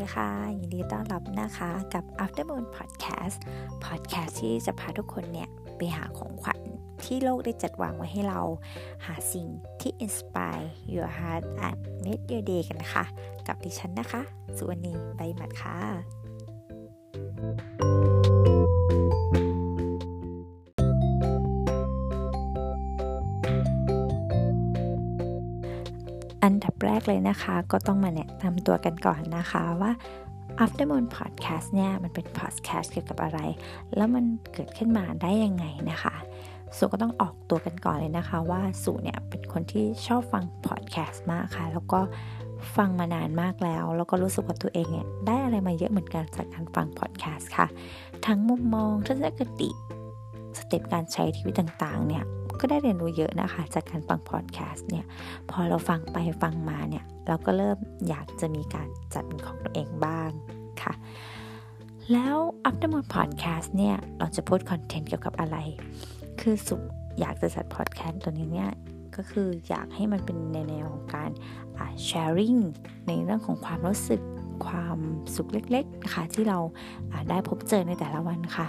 ดีค่ะยินดีต้อนรับนะคะกับ Aftermoon Podcast ที่จะพาทุกคนเนี่ยไปหาของขวัญที่โลกได้จัดวางไว้ให้เราหาสิ่งที่ inspire your heart and make your day กันนะคะกับดิฉันนะคะสุวรรณีใบหมัดค่ะอันดับแรกเลยนะคะก็ต้องมาแนะนำตัวกันก่อนนะคะว่า Aftermoon Podcast เนี่ยมันเป็น podcast เกี่ยวกับอะไรแล้วมันเกิดขึ้นมาได้ยังไงนะคะสุก็ต้องออกตัวกันก่อนเลยนะคะว่าสุเนี่ยเป็นคนที่ชอบฟัง podcast มากค่ะแล้วก็ฟังมานานมากแล้วก็รู้สึกว่าตัวเองเนี่ยได้อะไรมาเยอะเหมือนกันจากการฟัง podcast ค่ะทั้งมุมมองทัศนคติสเต็ปการใช้ชีวิตต่างๆเนี่ยก็ได้เรียนรู้เยอะนะคะจากการฟังพอดแคสต์เนี่ยพอเราฟังไปฟังมาเนี่ยเราก็เริ่มอยากจะมีการจัดเป็นของตัวเองบ้างค่ะแล้ว Aftermoon Podcast เนี่ยเราจะพูดคอนเทนต์เกี่ยวกับอะไรคือสุดอยากจะจัดพอดแคสต์ตัวนี้เนี่ยก็คืออยากให้มันเป็นในแนวของการsharing ในเรื่องของความรู้สึกความสุขเล็กๆนะคะที่เราได้พบเจอในแต่ละวันค่ะ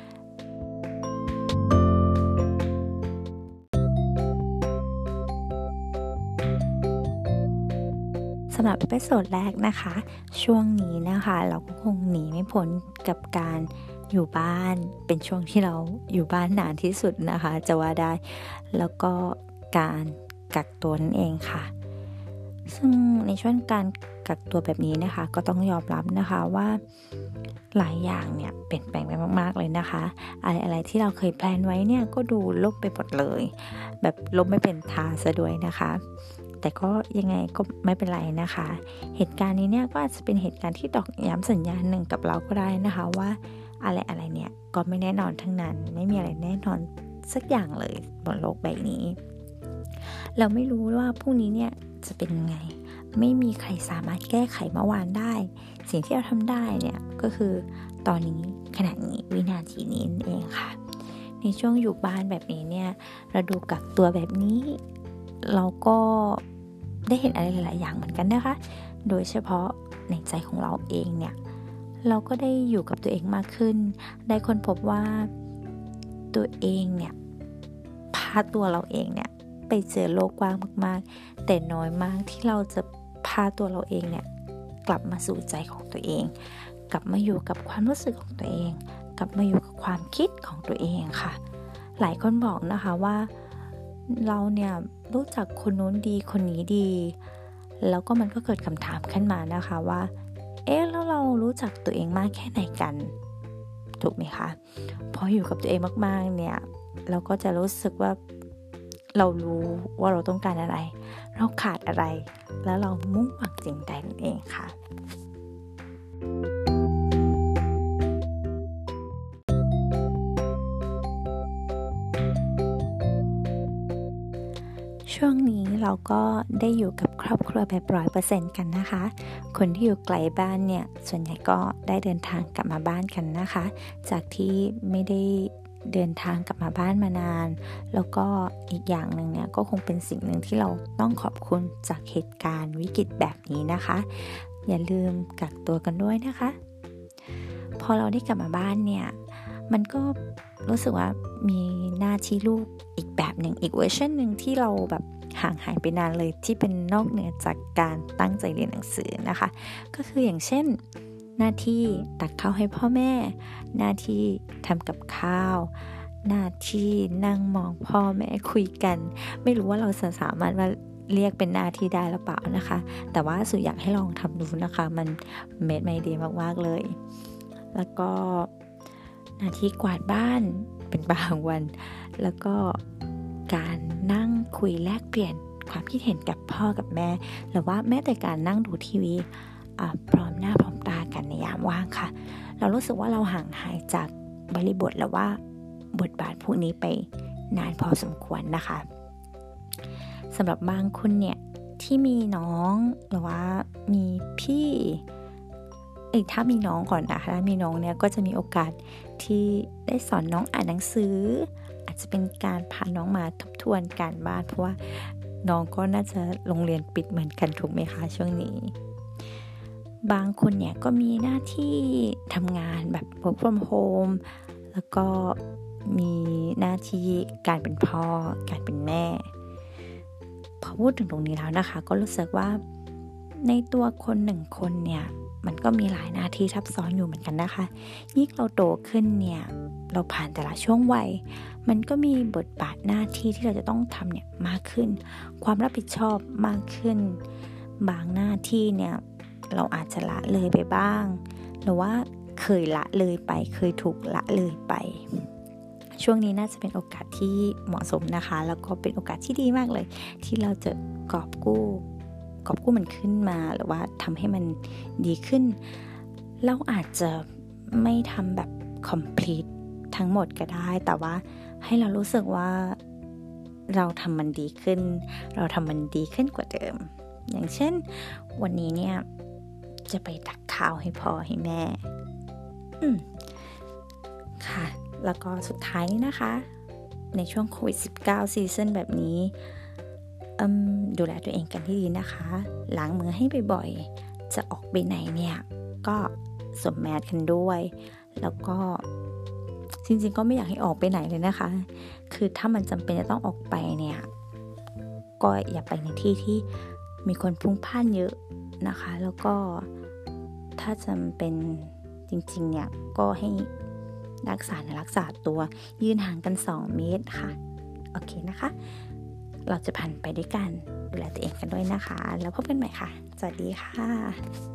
สำหรับเอพิโซดแรกนะคะช่วงนี้นะคะเราก็คงหนีไม่พ้นกับการอยู่บ้านเป็นช่วงที่เราอยู่บ้านนานที่สุดนะคะจะว่าได้แล้วก็การกักตัวนั่นเองค่ะซึ่งในช่วงการกักตัวแบบนี้นะคะก็ต้องยอมรับนะคะว่าหลายอย่างเนี่ยเปลี่ยนแปลงไปมากๆเลยนะคะอะไรที่เราเคยแพลนไว้เนี่ยก็ดูล่มไปหมดเลยแบบล่มไม่เป็นท่าซะด้วยนะคะแต่ก็ยังไงก็ไม่เป็นไรนะคะเหตุการณ์นี้เนี่ยก็อาจจะเป็นเหตุการณ์ที่ตอกย้ำสัญญาณหนึ่งกับเราก็ได้นะคะว่าอะไรเนี่ยก็ไม่แน่นอนทั้งนั้นไม่มีอะไรแน่นอนสักอย่างเลยบนโลกใบนี้เราไม่รู้ว่าพรุ่งนี้เนี่ยจะเป็นยังไงไม่มีใครสามารถแก้ไขเมื่อวานได้สิ่งที่เราทำได้เนี่ยก็คือตอนนี้ขณะนี้วินาทีนี้นั่นเองค่ะในช่วงอยู่บ้านแบบนี้เนี่ยเราดูกักตัวแบบนี้เราก็ได้เห็นอะไรหลายๆอย่างเหมือนกันนะคะโดยเฉพาะในใจของเราเองเนี่ยเราก็ได้อยู่กับตัวเองมากขึ้นได้ค้นพบว่าตัวเองเนี่ยพาตัวเราเองเนี่ยไปเจอโลกกว้างมากๆแต่น้อยมากที่เราจะพาตัวเราเองเนี่ยกลับมาสู่ใจของตัวเองกลับมาอยู่กับความรู้สึกของตัวเองกลับมาอยู่กับความคิดของตัวเองค่ะหลายคนบอกนะคะว่าเราเนี่ยรู้จักคนนู้นดีคนนี้ดีแล้วก็มันก็เกิดคำถามขึ้นมานะคะว่าแล้วเรารู้จักตัวเองมากแค่ไหนกันถูกไหมคะพออยู่กับตัวเองมากๆเนี่ยเราก็จะรู้สึกว่าเรารู้ว่าเราต้องการอะไรเราขาดอะไรแล้วเรามุ่งหวังสิ่งใดนั่นเองค่ะช่วงนี้เราก็ได้อยู่กับครอบครัวแบบ 100% กันนะคะคนที่อยู่ไกลบ้านเนี่ยส่วนใหญ่ก็ได้เดินทางกลับมาบ้านกันนะคะจากที่ไม่ได้เดินทางกลับมาบ้านมานานแล้วก็อีกอย่างหนึ่งเนี่ยก็คงเป็นสิ่งหนึ่งที่เราต้องขอบคุณจากเหตุการณ์วิกฤตแบบนี้นะคะอย่าลืมกักตัวกันด้วยนะคะพอเราได้กลับมาบ้านเนี่ยมันก็รู้สึกว่ามีหน้าที่ลูกอีกแบบหนึ่งอีกเวอร์ชันหนึ่งที่เราแบบห่างหายไปนานเลยที่เป็นนอกเหนือจากการตั้งใจเรียนหนังสือนะคะก็คืออย่างเช่นหน้าที่ตักข้าวให้พ่อแม่หน้าที่ทำกับข้าวหน้าที่นั่งมองพ่อแม่คุยกันไม่รู้ว่าเราสามารถว่าเรียกเป็นหน้าที่ได้หรือเปล่านะคะแต่ว่าสุอยากให้ลองทำดูนะคะมันเมดไม่ดีมากๆเลยแล้วก็หน้าที่กวาดบ้านเป็นบางวันแล้วก็การนั่งคุยแลกเปลี่ยนความคิดเห็นกับพ่อกับแม่หรือว่าแม้แต่การนั่งดูทีวีพร้อมหน้าพร้อมตากันในยามว่างค่ะเรารู้สึกว่าเราห่างหายจากบริบทหรือว่าบทบาทพวกนี้ไปนานพอสมควรนะคะสำหรับบางคนเนี่ยที่มีน้องหรือว่ามีพี่ถ้ามีน้องก่อนนะคะถ้ามีน้องเนี่ยก็จะมีโอกาสที่ได้สอนน้องอ่านหนังสืออาจจะเป็นการพาน้องมาทบทวนการบ้านเพราะว่าน้องก็น่าจะโรงเรียนปิดเหมือนกันถูกไหมคะช่วงนี้บางคนเนี่ยก็มีหน้าที่ทำงานแบบ work from home แล้วก็มีหน้าที่การเป็นพ่อการเป็นแม่พอพูดถึงตรงนี้แล้วนะคะก็รู้สึกว่าในตัวคนหนึ่งคนเนี่ยมันก็มีหลายหน้าที่ซับซ้อนอยู่เหมือนกันนะคะยิ่งเราโตขึ้นเนี่ยเราผ่านแต่ละช่วงวัยมันก็มีบทบาทหน้าที่ที่เราจะต้องทำเนี่ยมากขึ้นความรับผิดชอบมากขึ้นบางหน้าที่เนี่ยเราอาจจะละเลยไปบ้างหรือว่าเคยละเลยไปเคยถูกละเลยไปช่วงนี้น่าจะเป็นโอกาสที่เหมาะสมนะคะแล้วก็เป็นโอกาสที่ดีมากเลยที่เราจะกอบกู้มันขึ้นมาหรือว่าทำให้มันดีขึ้นเราอาจจะไม่ทำแบบ complete ทั้งหมดก็ได้แต่ว่าให้เรารู้สึกว่าเราทำมันดีขึ้นกว่าเดิมอย่างเช่นวันนี้เนี่ยจะไปตักข้าวให้พ่อให้แม่ค่ะแล้วก็สุดท้ายนี่นะคะในช่วงโควิด -19 ซีซั่นแบบนี้ดูแลตัวเองกันที่ดีนะคะล้างมือให้บ่อยๆจะออกไปไหนเนี่ยก็สวมแมสกันด้วยแล้วก็จริงๆก็ไม่อยากให้ออกไปไหนเลยนะคะคือถ้ามันจำเป็นจะต้องออกไปเนี่ยก็อย่าไปในที่ที่มีคนพลุกพล่านเยอะนะคะแล้วก็ถ้าจำเป็นจริงๆเนี่ยก็ให้รักษาตัวยืนห่างกัน2 เมตรค่ะโอเคนะคะเราจะผ่านไปด้วยกันดูแลตัวเองกันด้วยนะคะแล้วพบกันใหม่ค่ะสวัสดีค่ะ